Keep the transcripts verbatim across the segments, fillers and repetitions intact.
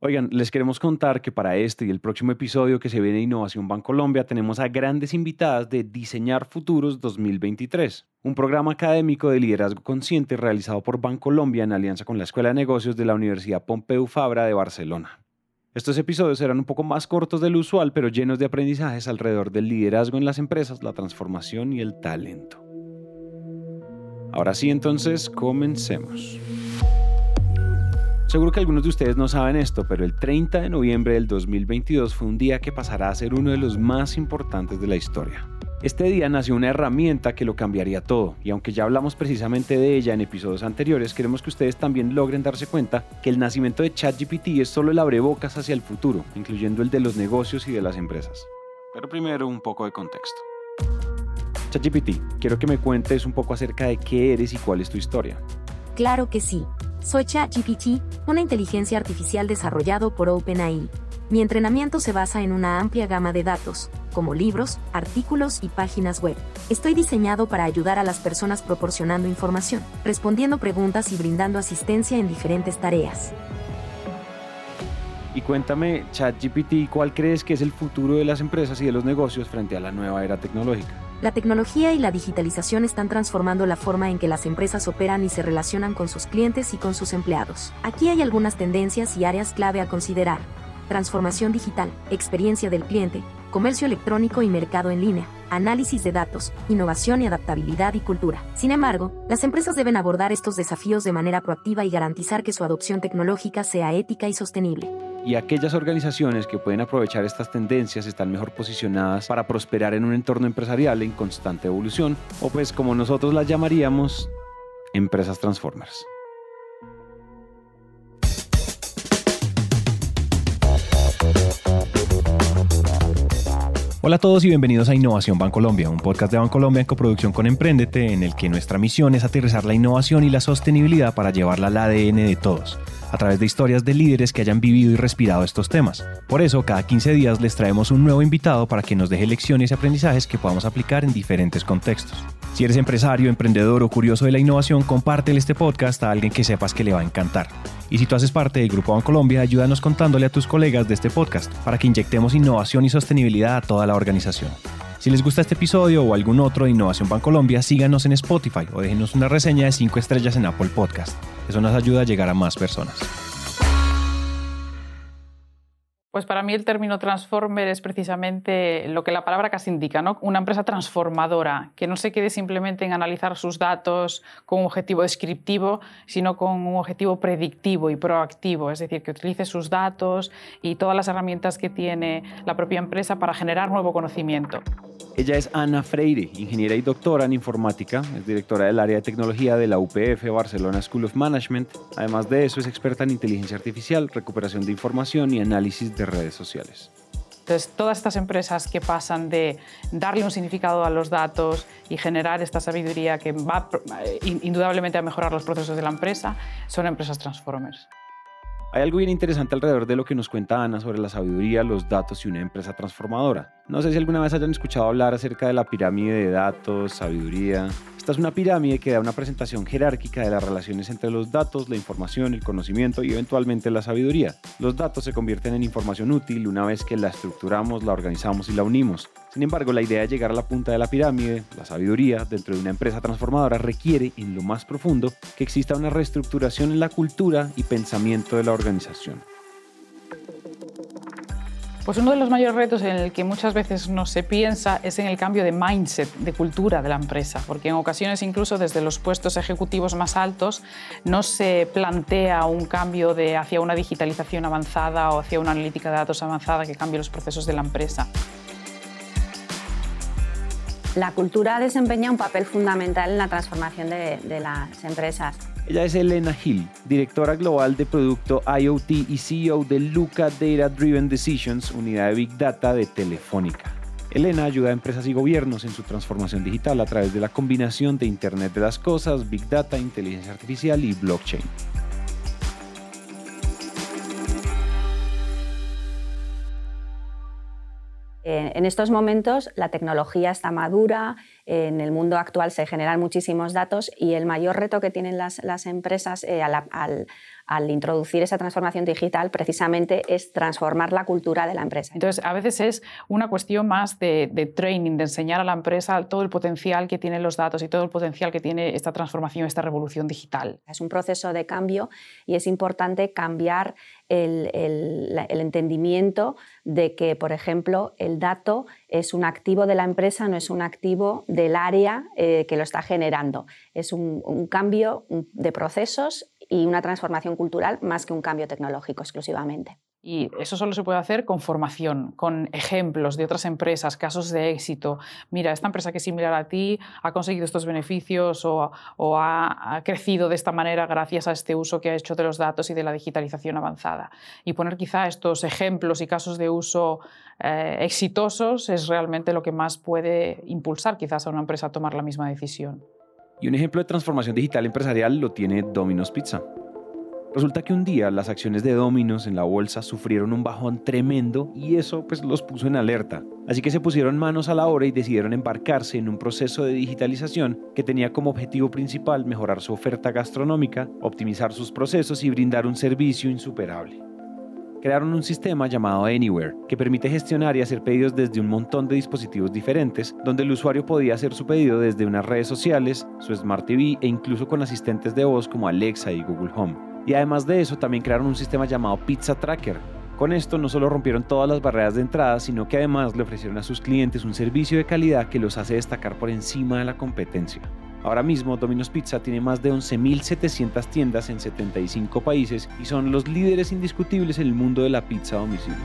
Oigan, les queremos contar que para este y el próximo episodio que se viene de Innovación Bancolombia tenemos a grandes invitadas de Diseñar Futuros dos mil veintitrés, un programa académico de liderazgo consciente realizado por Bancolombia en alianza con la Escuela de Negocios de la Universidad Pompeu Fabra de Barcelona. Estos episodios serán un poco más cortos del usual, pero llenos de aprendizajes alrededor del liderazgo en las empresas, la transformación y el talento. Ahora sí, entonces, comencemos. Seguro que algunos de ustedes no saben esto, pero el treinta de noviembre del dos mil veintidós fue un día que pasará a ser uno de los más importantes de la historia. Este día nació una herramienta que lo cambiaría todo, y aunque ya hablamos precisamente de ella en episodios anteriores, queremos que ustedes también logren darse cuenta que el nacimiento de ChatGPT es solo el abrebocas hacia el futuro, incluyendo el de los negocios y de las empresas. Pero primero, un poco de contexto. ChatGPT, quiero que me cuentes un poco acerca de qué eres y cuál es tu historia. Claro que sí. Soy ChatGPT, una inteligencia artificial desarrollado por OpenAI. Mi entrenamiento se basa en una amplia gama de datos, como libros, artículos y páginas web. Estoy diseñado para ayudar a las personas proporcionando información, respondiendo preguntas y brindando asistencia en diferentes tareas. Y cuéntame, ChatGPT, ¿cuál crees que es el futuro de las empresas y de los negocios frente a la nueva era tecnológica? La tecnología y la digitalización están transformando la forma en que las empresas operan y se relacionan con sus clientes y con sus empleados. Aquí hay algunas tendencias y áreas clave a considerar: transformación digital, experiencia del cliente, comercio electrónico y mercado en línea, análisis de datos, innovación y adaptabilidad y cultura. Sin embargo, las empresas deben abordar estos desafíos de manera proactiva y garantizar que su adopción tecnológica sea ética y sostenible. Y aquellas organizaciones que pueden aprovechar estas tendencias están mejor posicionadas para prosperar en un entorno empresarial en constante evolución, o pues como nosotros las llamaríamos, empresas transformers. Hola a todos y bienvenidos a Innovación Bancolombia, un podcast de Bancolombia en coproducción con Emprendete, en el que nuestra misión es aterrizar la innovación y la sostenibilidad para llevarla al A D N de todos, a través de historias de líderes que hayan vivido y respirado estos temas. Por eso, cada quince días les traemos un nuevo invitado para que nos deje lecciones y aprendizajes que podamos aplicar en diferentes contextos. Si eres empresario, emprendedor o curioso de la innovación, compártele este podcast a alguien que sepas que le va a encantar. Y si tú haces parte del Grupo Bancolombia, ayúdanos contándole a tus colegas de este podcast para que inyectemos innovación y sostenibilidad a toda la organización. Si les gusta este episodio o algún otro de Innovación Bancolombia, síganos en Spotify o déjenos una reseña de cinco estrellas en Apple Podcast. Eso nos ayuda a llegar a más personas. Pues para mí el término transformer es precisamente lo que la palabra casi indica, ¿no? Una empresa transformadora, que no se quede simplemente en analizar sus datos con un objetivo descriptivo, sino con un objetivo predictivo y proactivo, es decir, que utilice sus datos y todas las herramientas que tiene la propia empresa para generar nuevo conocimiento. Ella es Ana Freire, ingeniera y doctora en informática, es directora del área de tecnología de la U P F Barcelona School of Management. Además de eso, es experta en inteligencia artificial, recuperación de información y análisis de redes sociales. Entonces, todas estas empresas que pasan de darle un significado a los datos y generar esta sabiduría que va indudablemente a mejorar los procesos de la empresa, son empresas transformers. Hay algo bien interesante alrededor de lo que nos cuenta Ana sobre la sabiduría, los datos y una empresa transformadora. No sé si alguna vez hayan escuchado hablar acerca de la pirámide de datos, sabiduría. Esta es una pirámide que da una presentación jerárquica de las relaciones entre los datos, la información, el conocimiento y eventualmente la sabiduría. Los datos se convierten en información útil una vez que la estructuramos, la organizamos y la unimos. Sin embargo, la idea de llegar a la punta de la pirámide, la sabiduría, dentro de una empresa transformadora requiere, en lo más profundo, que exista una reestructuración en la cultura y pensamiento de la organización. Pues uno de los mayores retos en el que muchas veces no se piensa es en el cambio de mindset, de cultura de la empresa, porque en ocasiones incluso desde los puestos ejecutivos más altos no se plantea un cambio de hacia una digitalización avanzada o hacia una analítica de datos avanzada que cambie los procesos de la empresa. La cultura desempeña un papel fundamental en la transformación de, de las empresas. Ella es Elena Hill, directora global de producto I O T y C E O de Luca Data Driven Decisions, unidad de Big Data de Telefónica. Elena ayuda a empresas y gobiernos en su transformación digital a través de la combinación de Internet de las Cosas, Big Data, inteligencia artificial y blockchain. En estos momentos la tecnología está madura, en el mundo actual se generan muchísimos datos y el mayor reto que tienen las, las empresas eh, al, al, al introducir esa transformación digital precisamente es transformar la cultura de la empresa. Entonces, a veces es una cuestión más de, de training, de enseñar a la empresa todo el potencial que tienen los datos y todo el potencial que tiene esta transformación, esta revolución digital. Es un proceso de cambio y es importante cambiar el, el, el entendimiento de que, por ejemplo, el dato es un activo de la empresa, no es un activo del área eh, que lo está generando. Es un, un cambio de procesos y una transformación cultural más que un cambio tecnológico exclusivamente. Y eso solo se puede hacer con formación, con ejemplos de otras empresas, casos de éxito. Mira, esta empresa que es similar a ti ha conseguido estos beneficios o, o ha, ha crecido de esta manera gracias a este uso que ha hecho de los datos y de la digitalización avanzada. Y poner quizá estos ejemplos y casos de uso eh, exitosos es realmente lo que más puede impulsar quizás a una empresa a tomar la misma decisión. Y un ejemplo de transformación digital empresarial lo tiene Domino's Pizza. Resulta que un día las acciones de Domino's en la bolsa sufrieron un bajón tremendo y eso pues los puso en alerta. Así que se pusieron manos a la obra y decidieron embarcarse en un proceso de digitalización que tenía como objetivo principal mejorar su oferta gastronómica, optimizar sus procesos y brindar un servicio insuperable. Crearon un sistema llamado Anywhere que permite gestionar y hacer pedidos desde un montón de dispositivos diferentes, donde el usuario podía hacer su pedido desde unas redes sociales, su Smart T V e incluso con asistentes de voz como Alexa y Google Home. Y además de eso, también crearon un sistema llamado Pizza Tracker. Con esto no solo rompieron todas las barreras de entrada, sino que además le ofrecieron a sus clientes un servicio de calidad que los hace destacar por encima de la competencia. Ahora mismo, Domino's Pizza tiene más de once mil setecientas tiendas en setenta y cinco países y son los líderes indiscutibles en el mundo de la pizza a domicilio.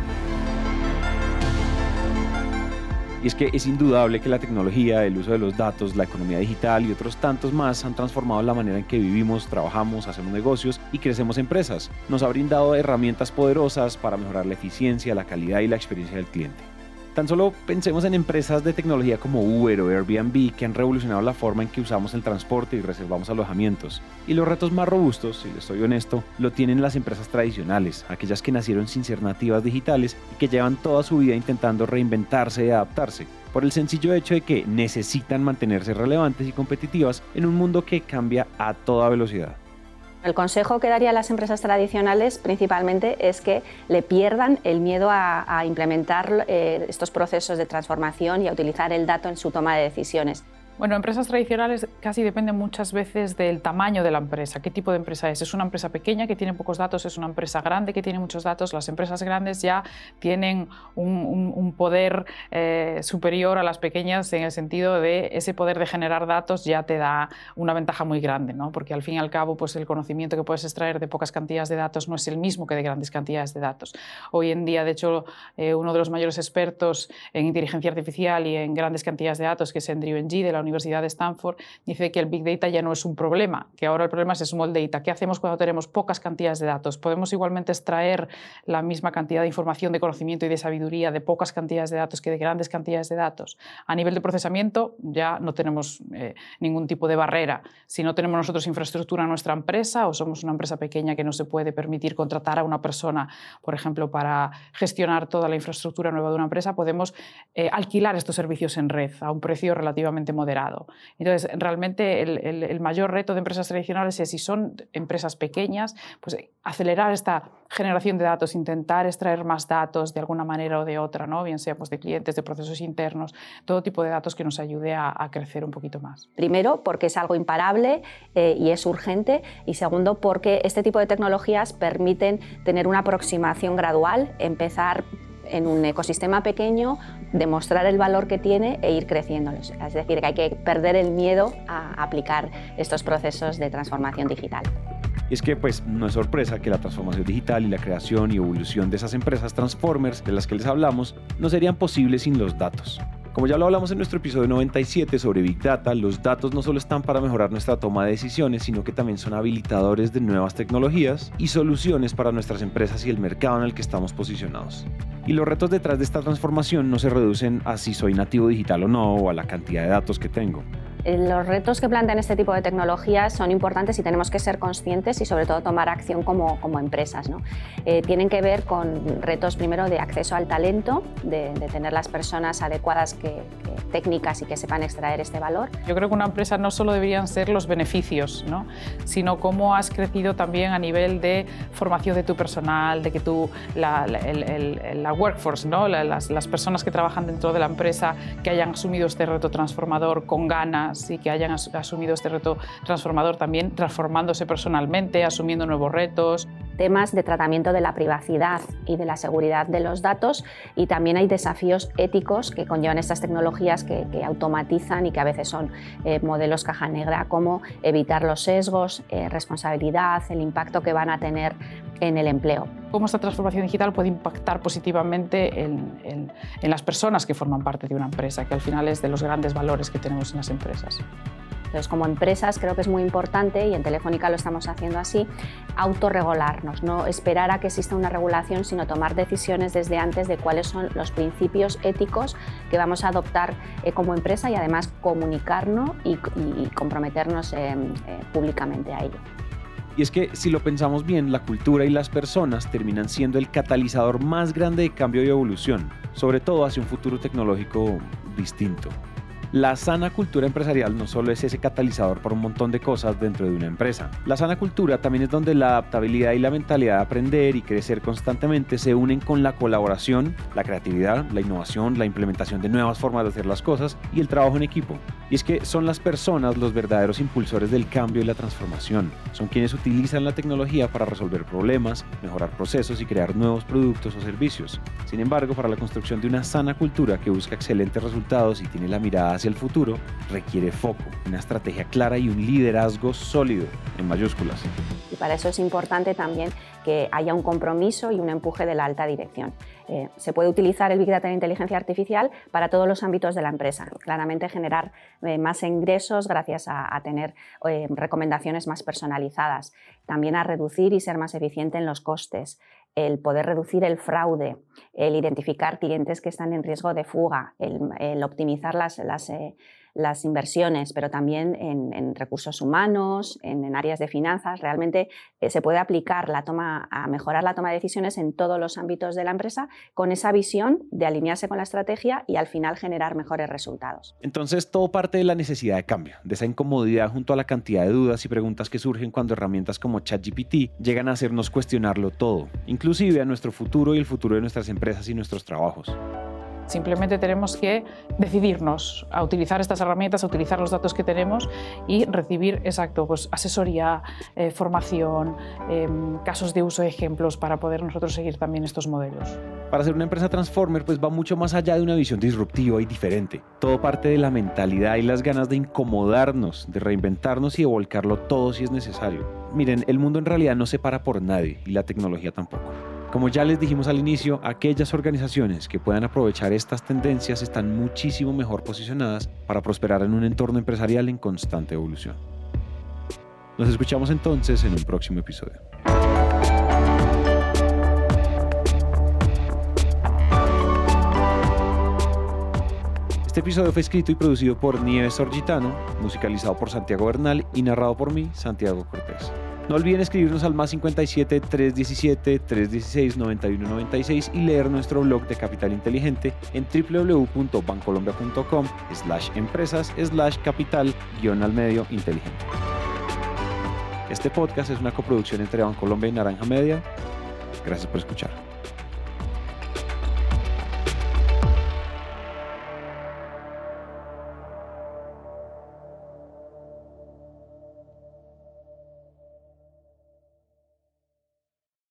Y es que es indudable que la tecnología, el uso de los datos, la economía digital y otros tantos más han transformado la manera en que vivimos, trabajamos, hacemos negocios y crecemos empresas. Nos ha brindado herramientas poderosas para mejorar la eficiencia, la calidad y la experiencia del cliente. Tan solo pensemos en empresas de tecnología como Uber o Airbnb que han revolucionado la forma en que usamos el transporte y reservamos alojamientos. Y los retos más robustos, si les soy honesto, lo tienen las empresas tradicionales, aquellas que nacieron sin ser nativas digitales y que llevan toda su vida intentando reinventarse y adaptarse, por el sencillo hecho de que necesitan mantenerse relevantes y competitivas en un mundo que cambia a toda velocidad. El consejo que daría a las empresas tradicionales principalmente es que le pierdan el miedo a, a implementar eh, estos procesos de transformación y a utilizar el dato en su toma de decisiones. Bueno, empresas tradicionales casi dependen muchas veces del tamaño de la empresa. ¿Qué tipo de empresa es? ¿Es una empresa pequeña que tiene pocos datos? ¿Es una empresa grande que tiene muchos datos? Las empresas grandes ya tienen un, un, un poder eh, superior a las pequeñas en el sentido de ese poder de generar datos ya te da una ventaja muy grande, ¿no? Porque al fin y al cabo pues el conocimiento que puedes extraer de pocas cantidades de datos no es el mismo que de grandes cantidades de datos. Hoy en día, de hecho, eh, uno de los mayores expertos en inteligencia artificial y en grandes cantidades de datos, que es Andrew Ng de la Universidad de Stanford, dice que el Big Data ya no es un problema, que ahora el problema es Small Data. ¿Qué hacemos cuando tenemos pocas cantidades de datos? ¿Podemos igualmente extraer la misma cantidad de información, de conocimiento y de sabiduría de pocas cantidades de datos que de grandes cantidades de datos? A nivel de procesamiento ya no tenemos eh, ningún tipo de barrera. Si no tenemos nosotros infraestructura en nuestra empresa o somos una empresa pequeña que no se puede permitir contratar a una persona, por ejemplo, para gestionar toda la infraestructura nueva de una empresa, podemos eh, alquilar estos servicios en red a un precio relativamente moderado. Entonces, realmente el, el, el mayor reto de empresas tradicionales es, si son empresas pequeñas, pues acelerar esta generación de datos, intentar extraer más datos de alguna manera o de otra, ¿no? Bien sea pues, de clientes, de procesos internos, todo tipo de datos que nos ayude a, a crecer un poquito más. Primero, porque es algo imparable eh, y es urgente, y segundo, porque este tipo de tecnologías permiten tener una aproximación gradual, empezar en un ecosistema pequeño, demostrar el valor que tiene e ir creciéndolos. Es decir, que hay que perder el miedo a aplicar estos procesos de transformación digital. Y es que pues no es sorpresa que la transformación digital y la creación y evolución de esas empresas transformers de las que les hablamos no serían posibles sin los datos. Como ya lo hablamos en nuestro episodio noventa y siete sobre Big Data, los datos no solo están para mejorar nuestra toma de decisiones, sino que también son habilitadores de nuevas tecnologías y soluciones para nuestras empresas y el mercado en el que estamos posicionados. Y los retos detrás de esta transformación no se reducen a si soy nativo digital o no, o a la cantidad de datos que tengo. Los retos que plantean este tipo de tecnologías son importantes y tenemos que ser conscientes y sobre todo tomar acción como, como empresas, ¿no? Eh, tienen que ver con retos primero de acceso al talento, de, de tener las personas adecuadas que, que, técnicas y que sepan extraer este valor. Yo creo que una empresa no solo deberían ser los beneficios, ¿no? Sino cómo has crecido también a nivel de formación de tu personal, de que tú, la, la, el, el, la workforce, ¿no? las, las personas que trabajan dentro de la empresa, que hayan asumido este reto transformador con ganas y que hayan as, asumido este reto transformador también transformándose personalmente, asumiendo nuevos retos. Temas de tratamiento de la privacidad y de la seguridad de los datos, y también hay desafíos éticos que conllevan estas tecnologías que, que automatizan y que a veces son eh, modelos caja negra, como evitar los sesgos, eh, responsabilidad, el impacto que van a tener en el empleo. Cómo esta transformación digital puede impactar positivamente en, en, en las personas que forman parte de una empresa, que al final es de los grandes valores que tenemos en las empresas. Entonces, como empresas, creo que es muy importante, y en Telefónica lo estamos haciendo así, autorregularnos, no esperar a que exista una regulación, sino tomar decisiones desde antes de cuáles son los principios éticos que vamos a adoptar eh, como empresa, y además comunicarnos y, y comprometernos eh, eh, públicamente a ello. Y es que, si lo pensamos bien, la cultura y las personas terminan siendo el catalizador más grande de cambio y evolución, sobre todo hacia un futuro tecnológico distinto. La sana cultura empresarial no solo es ese catalizador para un montón de cosas dentro de una empresa. La sana cultura también es donde la adaptabilidad y la mentalidad de aprender y crecer constantemente se unen con la colaboración, la creatividad, la innovación, la implementación de nuevas formas de hacer las cosas y el trabajo en equipo. Y es que son las personas los verdaderos impulsores del cambio y la transformación. Son quienes utilizan la tecnología para resolver problemas, mejorar procesos y crear nuevos productos o servicios. Sin embargo, para la construcción de una sana cultura que busca excelentes resultados y tiene la mirada hacia el futuro, requiere foco, una estrategia clara y un liderazgo sólido, en mayúsculas. Y para eso es importante también que haya un compromiso y un empuje de la alta dirección. Eh, se puede utilizar el Big Data e inteligencia artificial para todos los ámbitos de la empresa. Claramente generar eh, más ingresos gracias a, a tener eh, recomendaciones más personalizadas. También a reducir y ser más eficiente en los costes. El poder reducir el fraude, el identificar clientes que están en riesgo de fuga, el, el optimizar las, las, eh, las inversiones, pero también en, en recursos humanos, en, en áreas de finanzas. Realmente eh, se puede aplicar la toma, a mejorar la toma de decisiones en todos los ámbitos de la empresa, con esa visión de alinearse con la estrategia y al final generar mejores resultados. Entonces, todo parte de la necesidad de cambio, de esa incomodidad junto a la cantidad de dudas y preguntas que surgen cuando herramientas como ChatGPT llegan a hacernos cuestionarlo todo, inclusive a nuestro futuro y el futuro de nuestras empresas y nuestros trabajos. Simplemente tenemos que decidirnos a utilizar estas herramientas, a utilizar los datos que tenemos y recibir, exacto, pues asesoría, eh, formación, eh, casos de uso, ejemplos para poder nosotros seguir también estos modelos. Para ser una empresa Transformer, pues va mucho más allá de una visión disruptiva y diferente. Todo parte de la mentalidad y las ganas de incomodarnos, de reinventarnos y de volcarlo todo si es necesario. Miren, el mundo en realidad no se para por nadie y la tecnología tampoco. Como ya les dijimos al inicio, aquellas organizaciones que puedan aprovechar estas tendencias están muchísimo mejor posicionadas para prosperar en un entorno empresarial en constante evolución. Nos escuchamos entonces en un próximo episodio. Este episodio fue escrito y producido por Nieves Orgitano, musicalizado por Santiago Bernal y narrado por mí, Santiago Cortés. No olviden escribirnos al más cincuenta y siete, trescientos diecisiete, trescientos dieciséis, noventa y uno noventa y seis y leer nuestro blog de Capital Inteligente en w w w punto bancolombia punto com slash empresas slash capital guión al medio inteligente. Este podcast es una coproducción entre Bancolombia y Naranja Media. Gracias por escuchar.